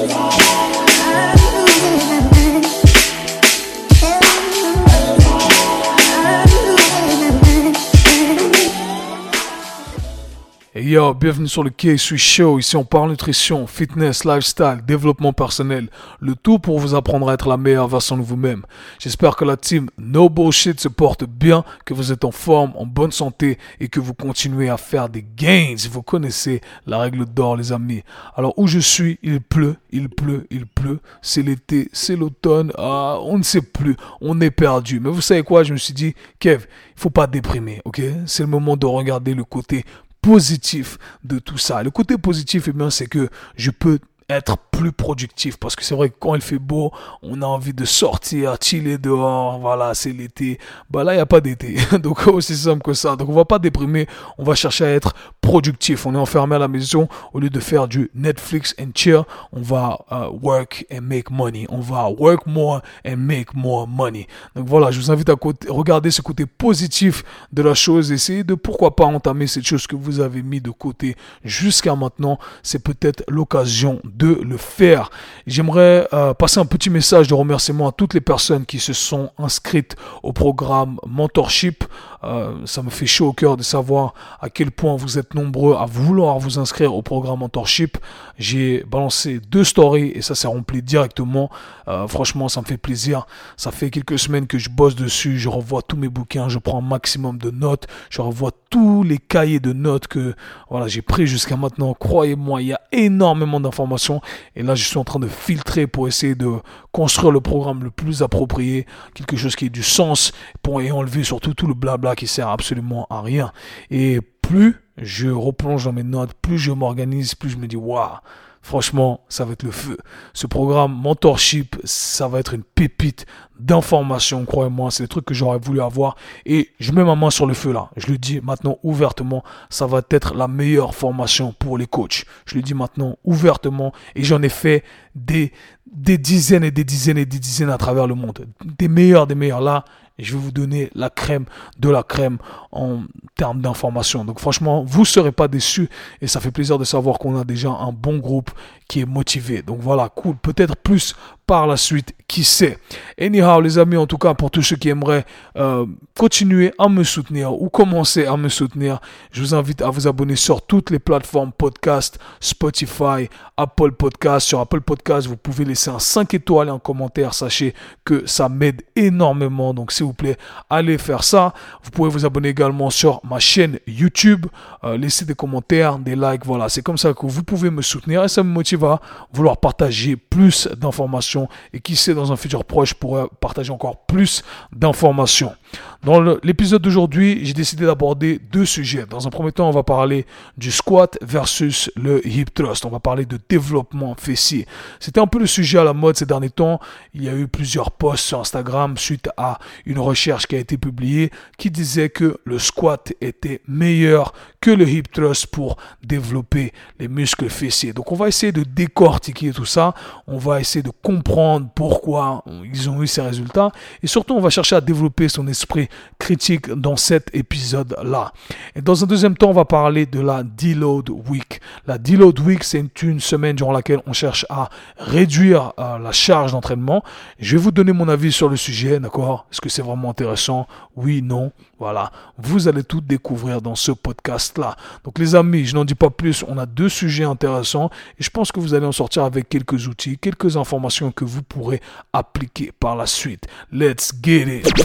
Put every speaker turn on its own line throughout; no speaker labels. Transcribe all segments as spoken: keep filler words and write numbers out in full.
Hey yo, bienvenue sur le K-Sui Show. Ici on parle nutrition, fitness, lifestyle, développement personnel. Le tout pour vous apprendre à être la meilleure version de vous-même. J'espère que la team No Bullshit se porte bien, que vous êtes en forme, en bonne santé et que vous continuez à faire des gains. Vous connaissez la règle d'or, les amis. Alors où je suis, il pleut, il pleut, il pleut. C'est l'été, c'est l'automne. Ah, on ne sait plus, on est perdu. Mais vous savez quoi, je me suis dit, Kev, il faut pas déprimer, ok? C'est le moment de regarder le côté positif de tout ça. Le côté positif, eh bien, c'est que je peux être plus productif parce que c'est vrai que quand il fait beau, on a envie de sortir, chiller dehors, voilà, c'est l'été. Bah là, il n'y a pas d'été. Donc, aussi simple que ça. Donc, on va pas déprimer, on va chercher à être productif. On est enfermé à la maison, au lieu de faire du Netflix and chill, on va uh, work and make money. On va work more and make more money. Donc voilà, je vous invite à côté, regarder ce côté positif de la chose, essayer de pourquoi pas entamer cette chose que vous avez mis de côté jusqu'à maintenant. C'est peut-être l'occasion de le faire. J'aimerais euh, passer un petit message de remerciement à toutes les personnes qui se sont inscrites au programme Mentorship. Euh, ça me fait chaud au cœur de savoir à quel point vous êtes nombreux à vouloir vous inscrire au programme Mentorship. J'ai balancé deux stories et ça s'est rempli directement. Euh, franchement, ça me fait plaisir. Ça fait quelques semaines que je bosse dessus. Je revois tous mes bouquins, je prends un maximum de notes. Je revois tous les cahiers de notes que voilà, j'ai pris jusqu'à maintenant. Croyez-moi, il y a énormément d'informations. Et là, je suis en train de filtrer pour essayer de construire le programme le plus approprié, quelque chose qui ait du sens pour y enlever surtout tout le blabla qui sert absolument à rien. Et plus je replonge dans mes notes, plus je m'organise, plus je me dis waouh, franchement, ça va être le feu. Ce programme Mentorship, ça va être une pépite d'informations, croyez-moi, c'est des trucs que j'aurais voulu avoir et je mets ma main sur le feu là. Je le dis maintenant ouvertement, ça va être la meilleure formation pour les coachs. Je le dis maintenant ouvertement et j'en ai fait des, des dizaines et des dizaines et des dizaines à travers le monde. Des meilleurs, des meilleurs là. Et je vais vous donner la crème de la crème en termes d'information. Donc franchement, vous ne serez pas déçus et ça fait plaisir de savoir qu'on a déjà un bon groupe qui est motivé. Donc voilà, cool. Peut-être plus par la suite, qui sait. Anyhow, les amis, en tout cas, pour tous ceux qui aimeraient euh, continuer à me soutenir ou commencer à me soutenir, je vous invite à vous abonner sur toutes les plateformes podcast, Spotify, Apple Podcast. Sur Apple Podcast, vous pouvez laisser un cinq étoiles et un commentaire. Sachez que ça m'aide énormément. Donc, s'il vous plaît, allez faire ça. Vous pouvez vous abonner également sur ma chaîne YouTube. Euh, laisser des commentaires, des likes. Voilà, c'est comme ça que vous pouvez me soutenir et ça me motive à vouloir partager plus d'informations. Et qui sait, dans un futur proche, je pourrais partager encore plus d'informations. Dans le, l'épisode d'aujourd'hui, j'ai décidé d'aborder deux sujets. Dans un premier temps, on va parler du squat versus le hip thrust. On va parler de développement fessier. C'était un peu le sujet à la mode ces derniers temps. Il y a eu plusieurs posts sur Instagram suite à une recherche qui a été publiée qui disait que le squat était meilleur que le hip thrust pour développer les muscles fessiers. Donc, on va essayer de décortiquer tout ça. On va essayer de comprendre pourquoi ils ont eu ces résultats et surtout on va chercher à développer son esprit critique dans cet épisode-là. Et dans un deuxième temps, on va parler de la Deload Week. La Deload Week, c'est une semaine durant laquelle on cherche à réduire euh, la charge d'entraînement. Je vais vous donner mon avis sur le sujet, d'accord? Est-ce que c'est vraiment intéressant? Oui, non, voilà. Vous allez tout découvrir dans ce podcast-là. Donc les amis, je n'en dis pas plus, on a deux sujets intéressants et je pense que vous allez en sortir avec quelques outils, quelques informations que vous pourrez appliquer par la suite. Let's get it!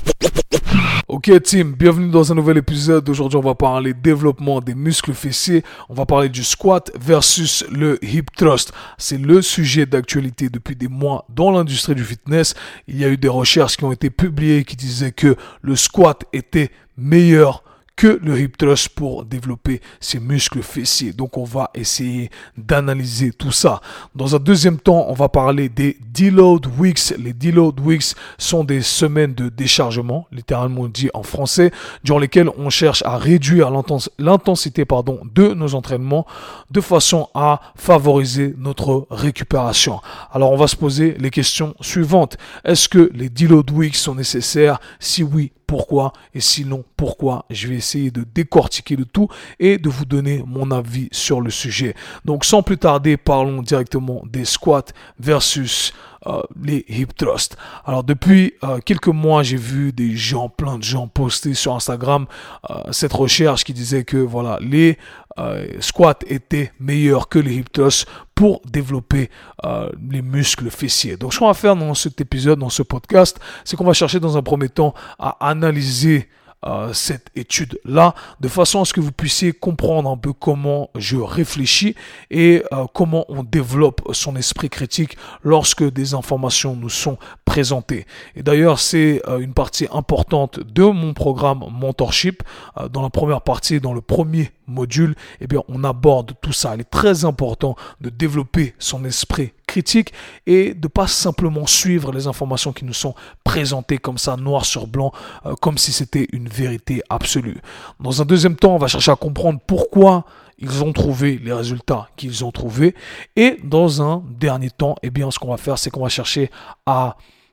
Ok team, bienvenue dans un nouvel épisode. Aujourd'hui on va parler développement des muscles fessiers. On va parler du squat versus le hip thrust. C'est le sujet d'actualité depuis des mois dans l'industrie du fitness. Il y a eu des recherches qui ont été publiées qui disaient que le squat était meilleur que le hip thrust pour développer ses muscles fessiers. Donc on va essayer d'analyser tout ça. Dans un deuxième temps, on va parler des deload weeks. Les deload weeks sont des semaines de déchargement, littéralement dit en français, durant lesquelles on cherche à réduire l'intens- l'intensité pardon, de nos entraînements de façon à favoriser notre récupération. Alors on va se poser les questions suivantes. Est-ce que les deload weeks sont nécessaires? Si oui, pourquoi, et sinon pourquoi. Je vais essayer de décortiquer le tout et de vous donner mon avis sur le sujet. Donc sans plus tarder, parlons directement des squats versus euh, les hip thrusts. Alors depuis euh, quelques mois, j'ai vu des gens, plein de gens poster sur Instagram euh, cette recherche qui disait que voilà, les euh, squats étaient meilleurs que les hip thrusts pour développer euh, les muscles fessiers. Donc ce qu'on va faire dans cet épisode, dans ce podcast, c'est qu'on va chercher dans un premier temps à analyser Euh, cette étude-là, de façon à ce que vous puissiez comprendre un peu comment je réfléchis et euh, comment on développe son esprit critique lorsque des informations nous sont présentées. Et d'ailleurs, c'est euh, une partie importante de mon programme Mentorship. Euh, dans la première partie, dans le premier module, eh bien, on aborde tout ça. Il est très important de développer son esprit critique et de pas simplement suivre les informations qui nous sont présentées comme ça, noir sur blanc, euh, comme si c'était une vérité absolue. Dans un deuxième temps, on va chercher à comprendre pourquoi ils ont trouvé les résultats qu'ils ont trouvés. Et dans un dernier temps, eh bien, ce qu'on va faire, c'est qu'on va chercher à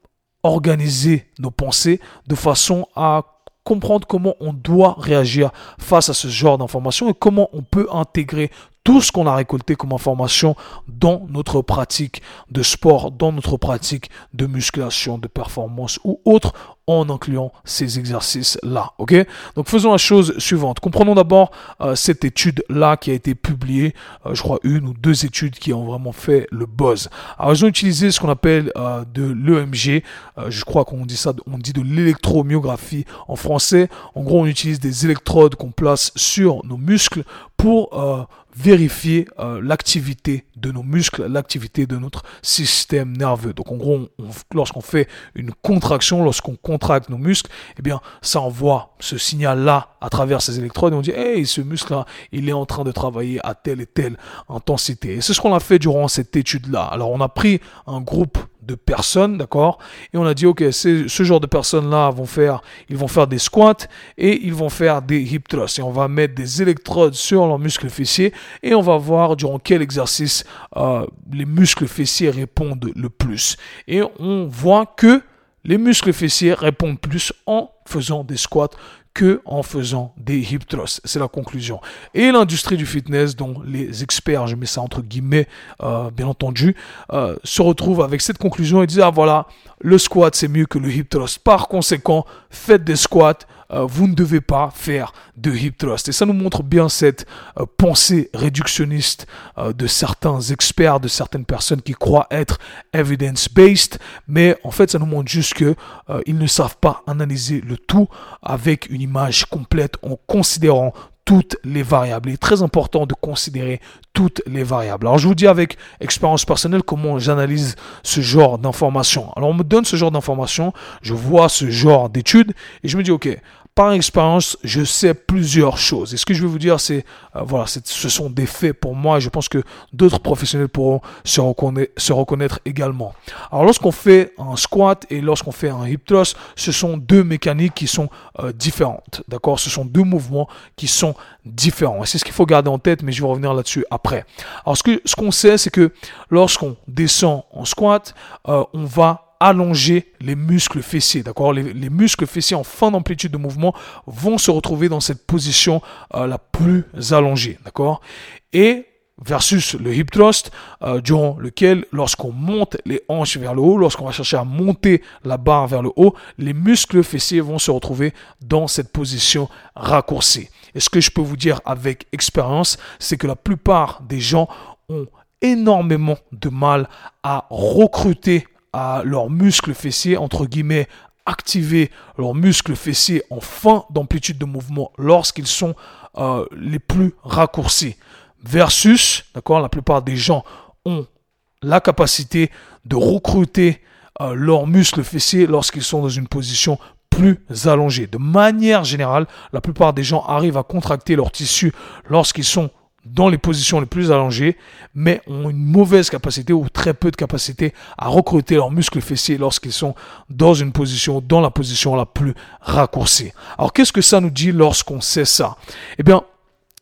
organiser nos pensées de façon à comprendre comment on doit réagir face à ce genre d'informations et comment on peut intégrer tout ce qu'on a récolté comme information dans notre pratique de sport, dans notre pratique de musculation, de performance ou autre, en incluant ces exercices-là. Ok? Donc faisons la chose suivante. Comprenons d'abord euh, cette étude-là qui a été publiée, euh, je crois une ou deux études qui ont vraiment fait le buzz. Alors ils ont utilisé ce qu'on appelle euh, de l'E M G, euh, je crois qu'on dit ça, on dit de l'électromyographie en français. En gros, on utilise des électrodes qu'on place sur nos muscles pour euh, vérifier euh, l'activité de nos muscles, l'activité de notre système nerveux. Donc en gros, on, on, lorsqu'on fait une contraction, lorsqu'on contracte nos muscles, eh bien, ça envoie ce signal-là à travers ces électrodes et on dit, hey, ce muscle-là, il est en train de travailler à telle et telle intensité. Et c'est ce qu'on a fait durant cette étude-là. Alors on a pris un groupe de personnes, d'accord, et on a dit, ok, c'est, ce genre de personnes-là vont faire, ils vont faire des squats et ils vont faire des hip thrusts et on va mettre des électrodes sur leurs muscles fessiers et on va voir durant quel exercice euh, les muscles fessiers répondent le plus. Et on voit que les muscles fessiers répondent plus en faisant des squats que en faisant des hip thrusts. C'est la conclusion. Et l'industrie du fitness, dont les experts, je mets ça entre guillemets, euh, bien entendu, euh, se retrouve avec cette conclusion et disent, ah voilà, le squat c'est mieux que le hip thrust. Par conséquent, faites des squats, euh, vous ne devez pas faire de hip thrust. Et ça nous montre bien cette euh, pensée réductionniste euh, de certains experts, de certaines personnes qui croient être evidence-based, mais en fait ça nous montre juste que euh, ils ne savent pas analyser le tout avec une image complète en considérant toutes les variables. Il est très important de considérer toutes les variables. Alors je vous dis avec expérience personnelle comment j'analyse ce genre d'informations. Alors on me donne ce genre d'informations, je vois ce genre d'études et je me dis ok, par expérience, je sais plusieurs choses. Et ce que je vais vous dire, c'est, euh, voilà, c'est, ce sont des faits pour moi et je pense que d'autres professionnels pourront se reconnaître, se reconnaître également. Alors, lorsqu'on fait un squat et lorsqu'on fait un hip thrust, ce sont deux mécaniques qui sont euh, différentes. D'accord? Ce sont deux mouvements qui sont différents. Et c'est ce qu'il faut garder en tête, mais je vais revenir là-dessus après. Alors, ce, que, ce qu'on sait, c'est que lorsqu'on descend en squat, euh, on va allonger les muscles fessiers, d'accord? Les, les muscles fessiers en fin d'amplitude de mouvement vont se retrouver dans cette position euh, la plus allongée, d'accord? Et versus le hip thrust, euh, durant lequel, lorsqu'on monte les hanches vers le haut, lorsqu'on va chercher à monter la barre vers le haut, les muscles fessiers vont se retrouver dans cette position raccourcie. Et ce que je peux vous dire avec expérience, c'est que la plupart des gens ont énormément de mal à recruter à leurs muscles fessiers, entre guillemets, activer leurs muscles fessiers en fin d'amplitude de mouvement lorsqu'ils sont euh, les plus raccourcis. Versus, d'accord, la plupart des gens ont la capacité de recruter euh, leurs muscles fessiers lorsqu'ils sont dans une position plus allongée. De manière générale, la plupart des gens arrivent à contracter leurs tissus lorsqu'ils sont dans les positions les plus allongées, mais ont une mauvaise capacité ou très peu de capacité à recruter leurs muscles fessiers lorsqu'ils sont dans une position, dans la position la plus raccourcie. Alors, qu'est-ce que ça nous dit lorsqu'on sait ça? Eh bien,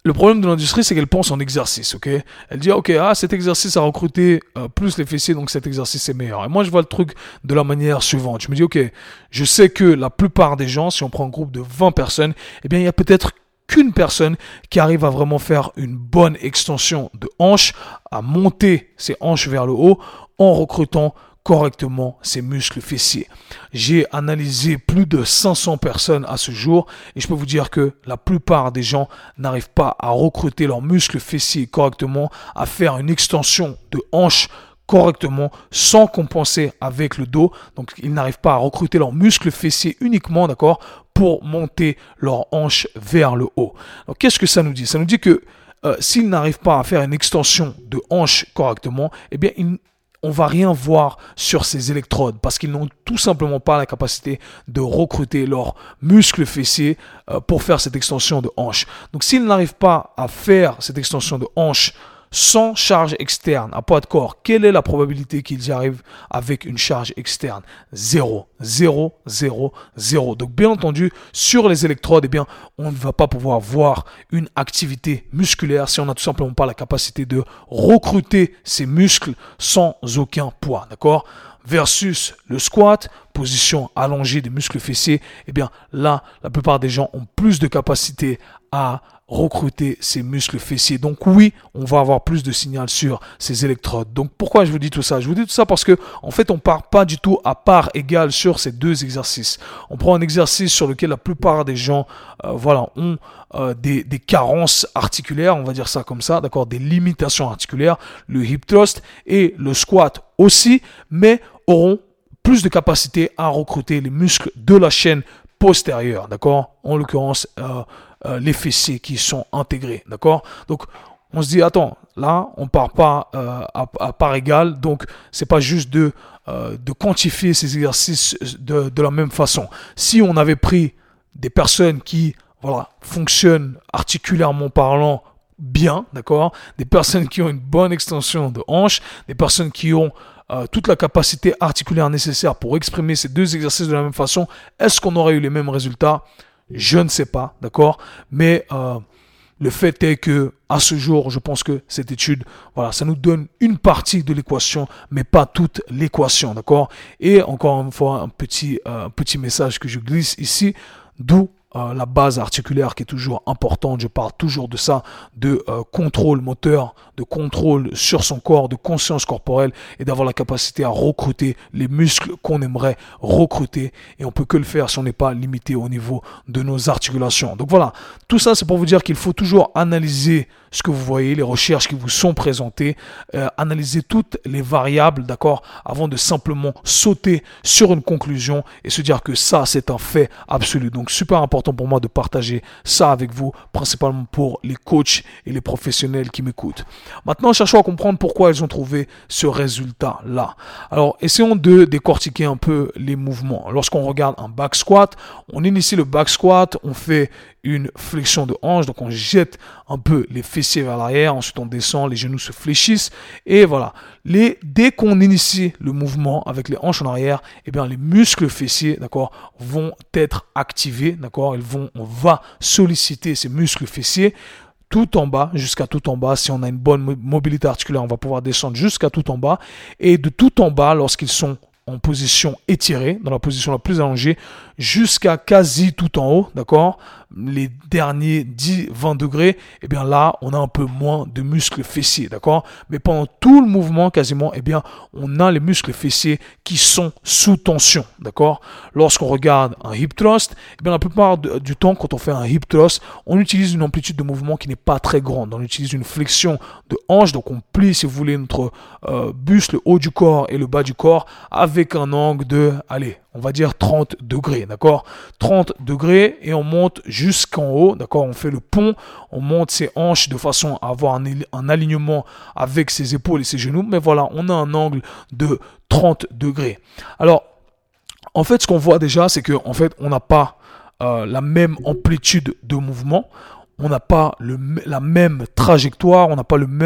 le problème de l'industrie, c'est qu'elle pense en exercice, ok? Elle dit, ok, ah, cet exercice a recruté euh, plus les fessiers, donc cet exercice est meilleur. Et moi, je vois le truc de la manière suivante. Je me dis, ok, je sais que la plupart des gens, si on prend un groupe de vingt personnes, eh bien, il y a peut-être qu'une personne qui arrive à vraiment faire une bonne extension de hanche, à monter ses hanches vers le haut en recrutant correctement ses muscles fessiers. J'ai analysé plus de cinq cents personnes à ce jour et je peux vous dire que la plupart des gens n'arrivent pas à recruter leurs muscles fessiers correctement, à faire une extension de hanche correctement sans compenser avec le dos. Donc ils n'arrivent pas à recruter leurs muscles fessiers uniquement, d'accord, pour monter leurs hanches vers le haut. Donc qu'est-ce que ça nous dit? Ça nous dit que euh, s'ils n'arrivent pas à faire une extension de hanche correctement, eh bien ils on va rien voir sur ces électrodes parce qu'ils n'ont tout simplement pas la capacité de recruter leurs muscles fessiers euh, pour faire cette extension de hanche. Donc s'ils n'arrivent pas à faire cette extension de hanche sans charge externe à poids de corps, quelle est la probabilité qu'ils y arrivent avec une charge externe? Zéro, zéro, zéro, zéro. Donc bien entendu, sur les électrodes, eh bien, on ne va pas pouvoir voir une activité musculaire si on n'a tout simplement pas la capacité de recruter ces muscles sans aucun poids, d'accord? Versus le squat, position allongée des muscles fessiers, eh bien là, la plupart des gens ont plus de capacité à recruter ces muscles fessiers. Donc oui, on va avoir plus de signal sur ces électrodes. Donc pourquoi je vous dis tout ça? Je vous dis tout ça parce que en fait, on part pas du tout à part égale sur ces deux exercices. On prend un exercice sur lequel la plupart des gens, euh, voilà, ont euh, des, des carences articulaires, on va dire ça comme ça, d'accord, des limitations articulaires, le hip thrust et le squat aussi, mais auront plus de capacité à recruter les muscles de la chaîne postérieure, d'accord, en l'occurrence euh, euh, les fessiers qui sont intégrés, d'accord. Donc on se dit attends, là on part pas euh, à, à part égale, donc c'est pas juste de euh, de quantifier ces exercices de, de la même façon. Si on avait pris des personnes qui voilà fonctionnent articulairement parlant bien, d'accord, des personnes qui ont une bonne extension de hanche, des personnes qui ont Euh, toute la capacité articulaire nécessaire pour exprimer ces deux exercices de la même façon, est-ce qu'on aurait eu les mêmes résultats? Je ne sais pas, d'accord, mais euh, le fait est que à ce jour, je pense que cette étude, voilà, ça nous donne une partie de l'équation, mais pas toute l'équation, d'accord. Et encore une fois, un petit, euh, petit message que je glisse ici, d'où Euh, la base articulaire qui est toujours importante. Je parle toujours de ça, de euh, contrôle moteur, de contrôle sur son corps, de conscience corporelle et d'avoir la capacité à recruter les muscles qu'on aimerait recruter. Et on peut que le faire si on n'est pas limité au niveau de nos articulations. Donc voilà, tout ça c'est pour vous dire qu'il faut toujours analyser ce que vous voyez, les recherches qui vous sont présentées, euh, analyser toutes les variables, d'accord, avant de simplement sauter sur une conclusion et se dire que ça c'est un fait absolu. Donc super important pour moi de partager ça avec vous, principalement pour les coachs et les professionnels qui m'écoutent. Maintenant, cherchons à comprendre pourquoi ils ont trouvé ce résultat-là. Alors, essayons de décortiquer un peu les mouvements. Lorsqu'on regarde un back squat, on initie le back squat, on fait une flexion de hanche, donc on jette un peu les fessiers vers l'arrière, ensuite on descend, les genoux se fléchissent, et voilà. Les, dès qu'on initie le mouvement avec les hanches en arrière, eh bien les muscles fessiers, d'accord, vont être activés, d'accord, ils vont, on va solliciter ces muscles fessiers tout en bas, jusqu'à tout en bas. Si on a une bonne mobilité articulaire, on va pouvoir descendre jusqu'à tout en bas, et de tout en bas, lorsqu'ils sont en position étirée, dans la position la plus allongée, jusqu'à quasi tout en haut, d'accord, les derniers dix à vingt degrés, eh bien là, on a un peu moins de muscles fessiers, d'accord, mais pendant tout le mouvement, quasiment, eh bien, on a les muscles fessiers qui sont sous tension, d'accord. Lorsqu'on regarde un hip thrust, eh bien, la plupart de, du temps, quand on fait un hip thrust, on utilise une amplitude de mouvement qui n'est pas très grande, on utilise une flexion de hanche, donc on plie, si vous voulez, notre euh, buste, le haut du corps et le bas du corps, avec un angle de, allez, on va dire trente degrés, d'accord, trente degrés, et on monte jusqu'en haut, d'accord, on fait le pont, on monte ses hanches de façon à avoir un, un alignement avec ses épaules et ses genoux, mais voilà, on a un angle de trente degrés. Alors, en fait, ce qu'on voit déjà, c'est que en fait, on n'a pas euh, la même amplitude de mouvement, on n'a pas le, la même trajectoire, on n'a pas le même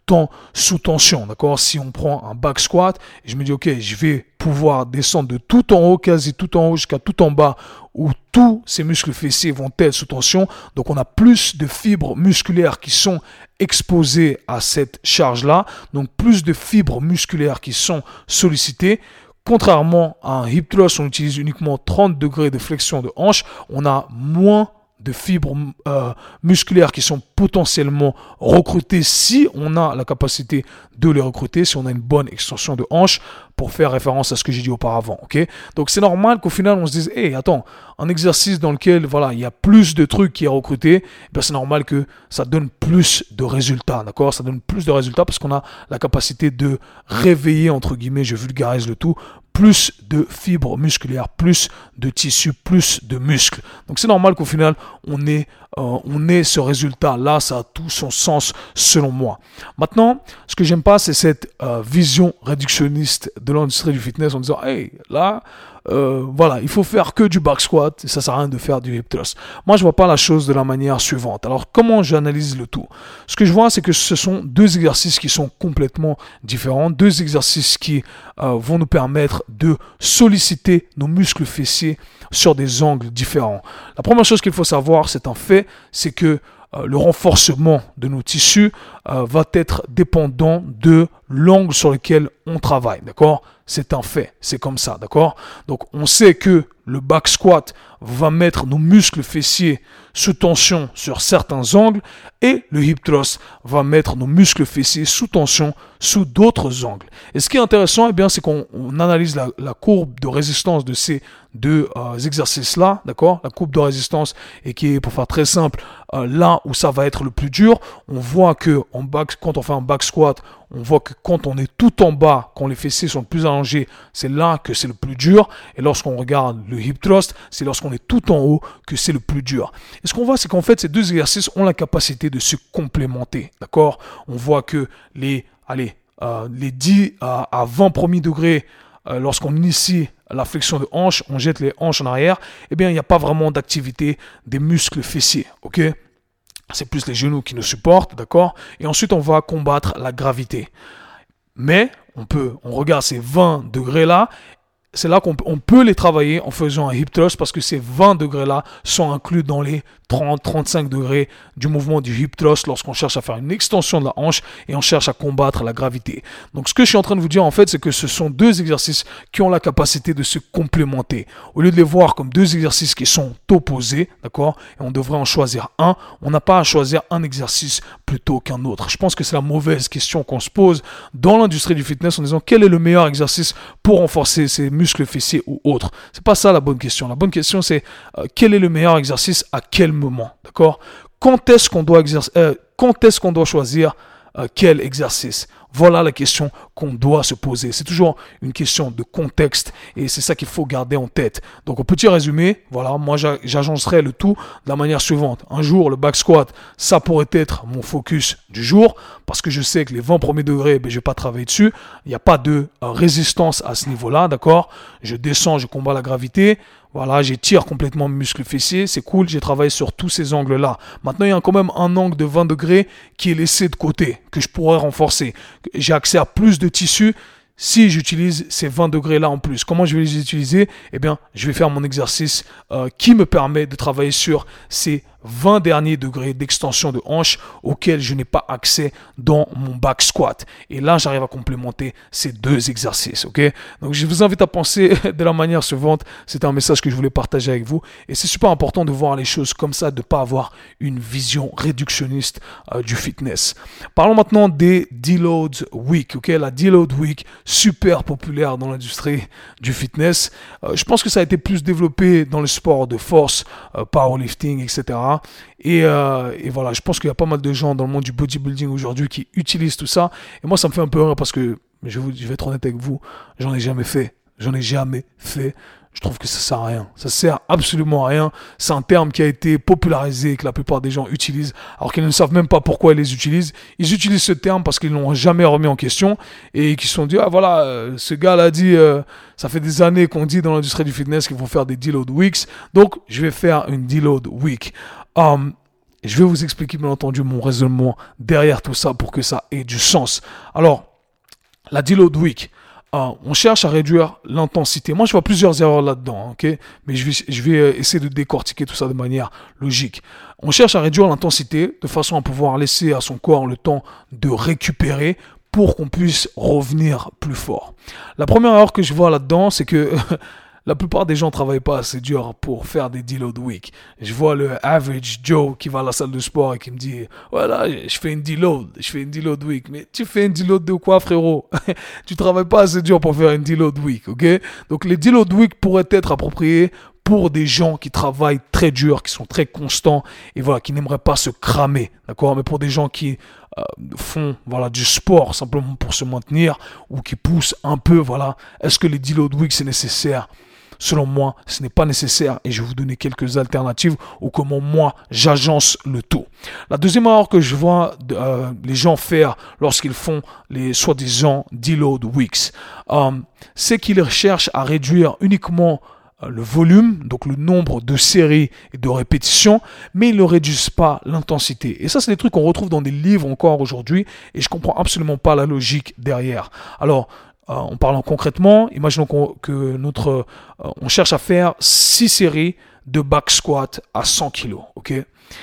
temps sous tension, d'accord? Si on prend un back squat, et je me dis, ok, je vais pouvoir descendre de tout en haut, quasi tout en haut jusqu'à tout en bas, où tous ces muscles fessiers vont être sous tension. Donc, on a plus de fibres musculaires qui sont exposées à cette charge-là. Donc, plus de fibres musculaires qui sont sollicitées. Contrairement à un hip thrust, on utilise uniquement trente degrés de flexion de hanche. On a moins de fibres euh, musculaires qui sont potentiellement recrutées si on a la capacité de les recruter, si on a une bonne extension de hanche, pour faire référence à ce que j'ai dit auparavant. Okay, donc c'est normal qu'au final on se dise, hé, hey, attends, un exercice dans lequel voilà, il y a plus de trucs qui est recruté, ben c'est normal que ça donne plus de résultats, d'accord? Ça donne plus de résultats parce qu'on a la capacité de réveiller, entre guillemets, je vulgarise le tout, plus de fibres musculaires, plus de tissus, plus de muscles. Donc c'est normal qu'au final, on ait, euh, on ait ce résultat-là, ça a tout son sens selon moi. Maintenant, ce que j'aime pas, c'est cette euh, vision réductionniste de l'industrie du fitness en disant, hey, là, euh, voilà, il faut faire que du back squat, et ça sert à rien de faire du hip thrust. Moi, je vois pas la chose de la manière suivante. Alors, comment j'analyse le tout? Ce que je vois, c'est que ce sont deux exercices qui sont complètement différents, deux exercices qui euh, vont nous permettre de solliciter nos muscles fessiers sur des angles différents. La première chose qu'il faut savoir, c'est un fait, c'est que euh, le renforcement de nos tissus euh, va être dépendant de l'angle sur lequel on travaille, d'accord? C'est un fait, c'est comme ça, d'accord? Donc, on sait que le back squat va mettre nos muscles fessiers sous tension sur certains angles et le hip thrust va mettre nos muscles fessiers sous tension sous d'autres angles. Et ce qui est intéressant, eh bien, c'est qu'on on analyse la, la courbe de résistance de ces deux euh, exercices-là, d'accord? La courbe de résistance, et qui est, pour faire très simple, euh, là où ça va être le plus dur. On voit que en back, quand on fait un back squat, on voit que quand on est tout en bas, quand les fessiers sont le plus allongés, c'est là que c'est le plus dur. Et lorsqu'on regarde le hip thrust, c'est lorsqu'on est tout en haut que c'est le plus dur. Et ce qu'on voit, c'est qu'en fait, ces deux exercices ont la capacité de se complémenter, d'accord? On voit que les, allez, euh, les dix à, à vingt premiers degrés, euh, lorsqu'on initie la flexion de hanche, on jette les hanches en arrière, eh bien, il n'y a pas vraiment d'activité des muscles fessiers, ok? C'est plus les genoux qui nous supportent, d'accord? Et ensuite, on va combattre la gravité. Mais, on peut, on regarde ces vingt degrés-là, c'est là qu'on on peut les travailler en faisant un hip thrust parce que ces vingt degrés-là sont inclus dans les trente à trente-cinq degrés du mouvement du hip thrust lorsqu'on cherche à faire une extension de la hanche et on cherche à combattre la gravité. Donc ce que je suis en train de vous dire en fait, c'est que ce sont deux exercices qui ont la capacité de se complémenter. Au lieu de les voir comme deux exercices qui sont opposés, d'accord, et on devrait en choisir un, on n'a pas à choisir un exercice plutôt qu'un autre. Je pense que c'est la mauvaise question qu'on se pose dans l'industrie du fitness en disant quel est le meilleur exercice pour renforcer ses muscles fessiers ou autres. C'est pas ça la bonne question. La bonne question c'est euh, quel est le meilleur exercice à quel moment, d'accord? Quand est-ce qu'on doit exercer, euh, quand est-ce qu'on doit choisir euh, quel exercice? Voilà la question qu'on doit se poser. C'est toujours une question de contexte et c'est ça qu'il faut garder en tête. Donc au petit résumé, voilà, moi j'agencerai le tout de la manière suivante. Un jour, le back squat, ça pourrait être mon focus du jour parce que je sais que les vingt premiers degrés, ben, je vais pas travailler dessus. Il n'y a pas de euh, résistance à ce niveau-là, d'accord? Je descends, je combats la gravité. Voilà, j'étire complètement mes muscles fessiers, c'est cool, j'ai travaillé sur tous ces angles-là. Maintenant, il y a quand même un angle de vingt degrés qui est laissé de côté, que je pourrais renforcer. J'ai accès à plus de tissus si j'utilise ces vingt degrés-là en plus. Comment je vais les utiliser? Eh bien, je vais faire mon exercice euh, qui me permet de travailler sur ces vingt derniers degrés d'extension de hanche auxquels je n'ai pas accès dans mon back squat. Et là, j'arrive à complémenter ces deux exercices, ok? Donc, je vous invite à penser de la manière suivante. C'est un message que je voulais partager avec vous. Et c'est super important de voir les choses comme ça, de ne pas avoir une vision réductionniste euh, du fitness. Parlons maintenant des Deload Week, ok? La Deload Week, super populaire dans l'industrie du fitness. Euh, je pense que ça a été plus développé dans le sport de force, euh, powerlifting, et cetera. Et, euh, et voilà, je pense qu'il y a pas mal de gens dans le monde du bodybuilding aujourd'hui qui utilisent tout ça. Et moi, ça me fait un peu rire parce que, je, vous, je vais être honnête avec vous, j'en ai jamais fait. J'en ai jamais fait. Je trouve que ça sert à rien. Ça sert absolument à rien. C'est un terme qui a été popularisé et que la plupart des gens utilisent alors qu'ils ne savent même pas pourquoi ils les utilisent. Ils utilisent ce terme parce qu'ils ne l'ont jamais remis en question et qu'ils se sont dit, ah voilà, euh, ce gars l'a dit, euh, ça fait des années qu'on dit dans l'industrie du fitness qu'ils vont faire des deload weeks. Donc, je vais faire une deload week. Um, je vais vous expliquer bien entendu mon raisonnement derrière tout ça pour que ça ait du sens. Alors, la deload week, euh, on cherche à réduire l'intensité. Moi, je vois plusieurs erreurs là-dedans, ok? Mais je vais, je vais essayer de décortiquer tout ça de manière logique. On cherche à réduire l'intensité de façon à pouvoir laisser à son corps le temps de récupérer pour qu'on puisse revenir plus fort. La première erreur que je vois là-dedans, c'est que la plupart des gens ne travaillent pas assez dur pour faire des deload week. Je vois le average Joe qui va à la salle de sport et qui me dit « Voilà, je fais une deload, je fais une deload week. » Mais tu fais une deload de quoi, frérot? Tu travailles pas assez dur pour faire une deload week, ok? Donc les deload week pourraient être appropriés pour des gens qui travaillent très dur, qui sont très constants et voilà, qui n'aimeraient pas se cramer, d'accord? Mais pour des gens qui euh, font voilà du sport simplement pour se maintenir ou qui poussent un peu, voilà, est-ce que les deload week c'est nécessaire? Selon moi, ce n'est pas nécessaire et je vais vous donner quelques alternatives ou comment moi j'agence le tout. La deuxième erreur que je vois euh, les gens faire lorsqu'ils font les soi-disant deload weeks, euh, c'est qu'ils cherchent à réduire uniquement euh, le volume, donc le nombre de séries et de répétitions, mais ils ne réduisent pas l'intensité. Et ça, c'est des trucs qu'on retrouve dans des livres encore aujourd'hui et je comprends absolument pas la logique derrière. Alors, Euh, en parlant concrètement, imaginons qu'on, que notre, euh, on cherche à faire six séries de back squat à cent kilos, ok?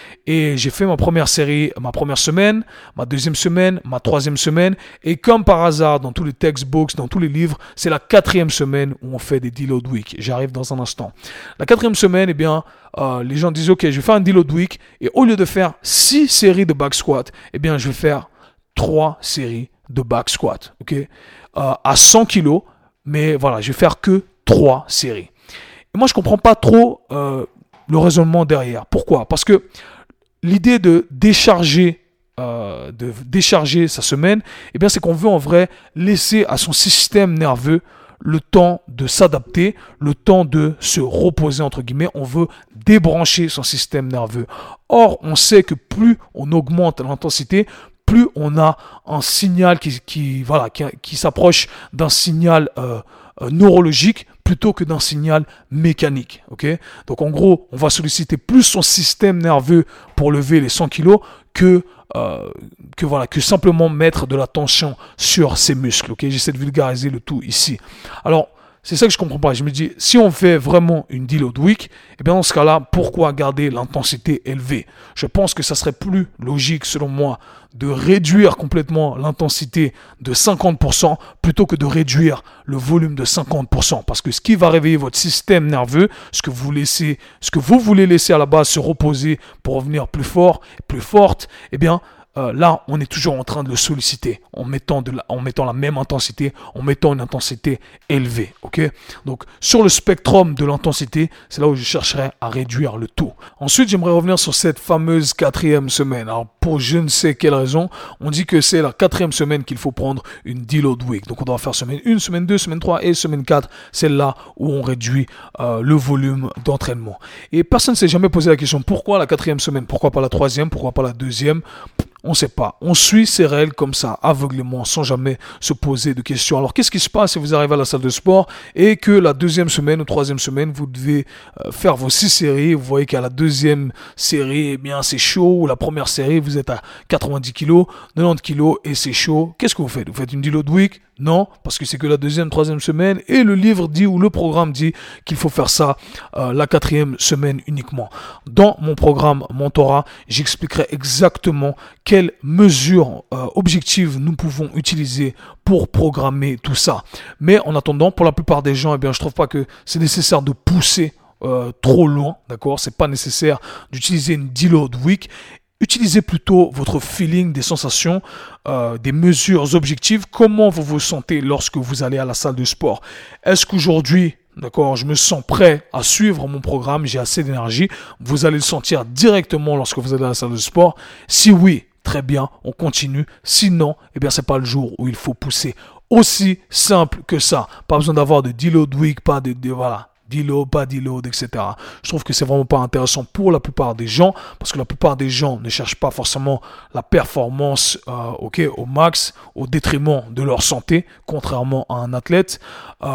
Et j'ai fait ma première série, ma première semaine, ma deuxième semaine, ma troisième semaine, et comme par hasard, dans tous les textbooks, dans tous les livres, c'est la quatrième semaine où on fait des deload week. J'arrive dans un instant. La quatrième semaine, eh bien, euh, les gens disent, ok, je vais faire un deload week, et au lieu de faire six séries de back squat, eh bien, je vais faire trois séries de back squat, ok? Euh, à cent kilos, mais voilà, je vais faire que trois séries. Et moi, je comprends pas trop euh, le raisonnement derrière. Pourquoi? Parce que l'idée de décharger, euh, de décharger sa semaine, eh bien, c'est qu'on veut en vrai laisser à son système nerveux le temps de s'adapter, le temps de se reposer, entre guillemets. On veut débrancher son système nerveux. Or, on sait que plus on augmente l'intensité, plus on a un signal qui, qui, voilà, qui, qui s'approche d'un signal euh, euh, neurologique plutôt que d'un signal mécanique. Okay? Donc en gros, on va solliciter plus son système nerveux pour lever les cent kilos que, euh, que, voilà, que simplement mettre de la tension sur ses muscles. Okay? J'essaie de vulgariser le tout ici. Alors, c'est ça que je comprends pas. Je me dis, si on fait vraiment une deload week, eh bien dans ce cas-là, pourquoi garder l'intensité élevée? Je pense que ça serait plus logique, selon moi, de réduire complètement l'intensité de cinquante pour cent plutôt que de réduire le volume de cinquante pour cent. Parce que ce qui va réveiller votre système nerveux, ce que vous laissez, ce que vous voulez laisser à la base se reposer pour revenir plus fort, plus forte, eh bien, Euh, là, on est toujours en train de le solliciter en mettant, de la, en mettant la même intensité, en mettant une intensité élevée. Okay? Donc, sur le spectrum de l'intensité, c'est là où je chercherai à réduire le tout. Ensuite, j'aimerais revenir sur cette fameuse quatrième semaine. Alors, pour je ne sais quelle raison, on dit que c'est la quatrième semaine qu'il faut prendre une deload week. Donc, on doit faire semaine un, semaine deux, semaine trois et semaine quatre. C'est là où on réduit euh, le volume d'entraînement. Et personne ne s'est jamais posé la question, pourquoi la quatrième semaine? Pourquoi pas la troisième? Pourquoi pas la deuxième? On ne sait pas. On suit ces règles comme ça, aveuglément, sans jamais se poser de questions. Alors, qu'est-ce qui se passe si vous arrivez à la salle de sport et que la deuxième semaine ou troisième semaine, vous devez euh, faire vos six séries. Vous voyez qu'à la deuxième série, eh bien, c'est chaud. Ou la première série, vous êtes à quatre-vingt-dix kilos, quatre-vingt-dix kilos et c'est chaud. Qu'est-ce que vous faites? Vous faites une deload week? Non, parce que c'est que la deuxième, troisième semaine et le livre dit ou le programme dit qu'il faut faire ça euh, la quatrième semaine uniquement. Dans mon programme Mentorat, j'expliquerai exactement quelles mesures euh, objectives nous pouvons utiliser pour programmer tout ça. Mais en attendant, pour la plupart des gens, eh bien, je trouve pas que c'est nécessaire de pousser euh, trop loin, d'accord? C'est pas nécessaire d'utiliser une deload week. Utilisez plutôt votre feeling, des sensations, euh, des mesures objectives. Comment vous vous sentez lorsque vous allez à la salle de sport? Est-ce qu'aujourd'hui, d'accord, je me sens prêt à suivre mon programme, j'ai assez d'énergie? Vous allez le sentir directement lorsque vous allez à la salle de sport. Si oui, très bien, on continue. Sinon, eh bien, c'est pas le jour où il faut pousser. Aussi simple que ça. Pas besoin d'avoir de deload week, pas de, de voilà. Deload, pas deload, et cetera. Je trouve que c'est vraiment pas intéressant pour la plupart des gens, parce que la plupart des gens ne cherchent pas forcément la performance euh, okay, au max, au détriment de leur santé, contrairement à un athlète. Euh,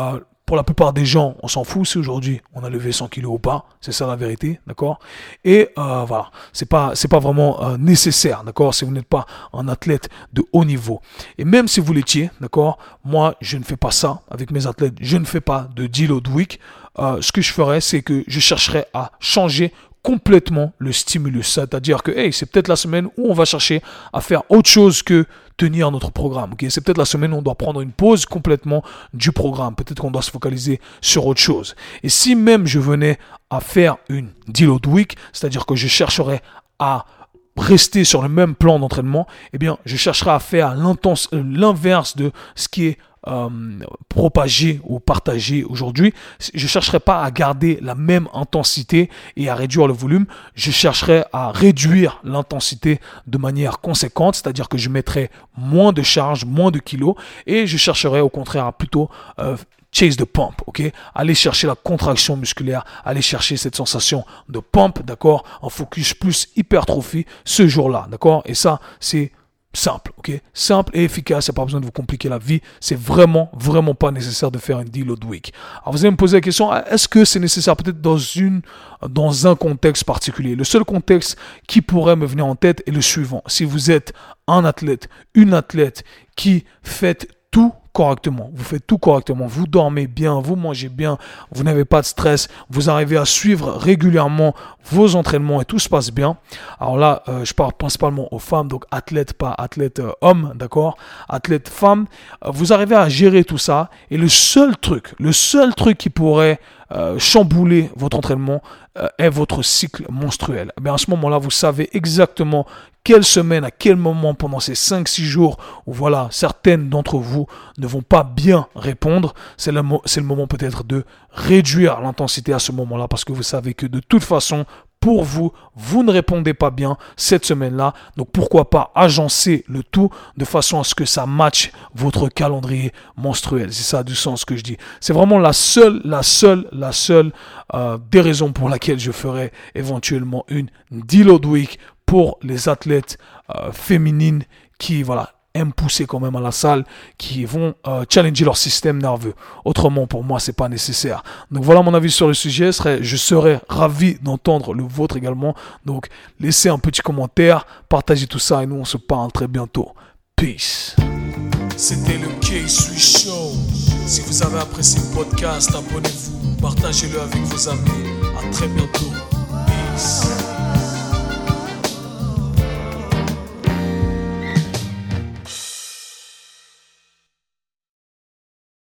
pour la plupart des gens, on s'en fout si aujourd'hui on a levé cent kilos ou pas. C'est ça la vérité, d'accord? Et euh, voilà, c'est pas, c'est pas vraiment euh, nécessaire, d'accord? Si vous n'êtes pas un athlète de haut niveau. Et même si vous l'étiez, d'accord? Moi, je ne fais pas ça avec mes athlètes. Je ne fais pas de deload week. Euh, ce que je ferais, c'est que je chercherais à changer complètement le stimulus. C'est-à-dire que hey, c'est peut-être la semaine où on va chercher à faire autre chose que tenir notre programme. Okay? C'est peut-être la semaine où on doit prendre une pause complètement du programme. Peut-être qu'on doit se focaliser sur autre chose. Et si même je venais à faire une deload week, c'est-à-dire que je chercherais à rester sur le même plan d'entraînement, eh bien, je chercherai à faire l'inverse de ce qui est euh, propagé ou partagé aujourd'hui. Je ne chercherai pas à garder la même intensité et à réduire le volume. Je chercherai à réduire l'intensité de manière conséquente, c'est-à-dire que je mettrai moins de charge, moins de kilos, et je chercherai au contraire à plutôt euh, chase the pump, ok? Aller chercher la contraction musculaire, aller chercher cette sensation de pump, d'accord? En focus plus hypertrophie ce jour-là, d'accord? Et ça, c'est simple, ok? Simple et efficace, il n'y a pas besoin de vous compliquer la vie. C'est vraiment, vraiment pas nécessaire de faire une deload week. Alors vous allez me poser la question, est-ce que c'est nécessaire peut-être dans une, dans un contexte particulier? Le seul contexte qui pourrait me venir en tête est le suivant. Si vous êtes un athlète, une athlète qui fait tout correctement, vous faites tout correctement, vous dormez bien, vous mangez bien, vous n'avez pas de stress, vous arrivez à suivre régulièrement vos entraînements et tout se passe bien. Alors là, euh, je parle principalement aux femmes, donc athlète, pas athlète euh, homme, d'accord? Athlète femme, euh, vous arrivez à gérer tout ça et le seul truc, le seul truc qui pourrait euh, chambouler votre entraînement euh, est votre cycle menstruel. Mais à ce moment-là, vous savez exactement quelle semaine, à quel moment pendant ces cinq six jours où voilà, certaines d'entre vous ne vont pas bien répondre, c'est le, c'est le moment peut-être de réduire l'intensité à ce moment-là parce que vous savez que de toute façon, pour vous, vous ne répondez pas bien cette semaine-là. Donc pourquoi pas agencer le tout de façon à ce que ça matche votre calendrier menstruel. Si ça a du sens ce que je dis. C'est vraiment la seule, la seule, la seule euh, des raisons pour laquelle je ferai éventuellement une deload week pour les athlètes euh, féminines qui voilà aiment pousser quand même à la salle, qui vont euh, challenger leur système nerveux. Autrement, pour moi, c'est pas nécessaire. Donc voilà mon avis sur le sujet. Je serais, je serais ravi d'entendre le vôtre également. Donc laissez un petit commentaire, partagez tout ça et nous on se parle très bientôt. Peace. C'était le K-Swiss Show. Si vous avez apprécié le podcast, abonnez-vous, partagez-le avec vos amis. À très bientôt. Peace.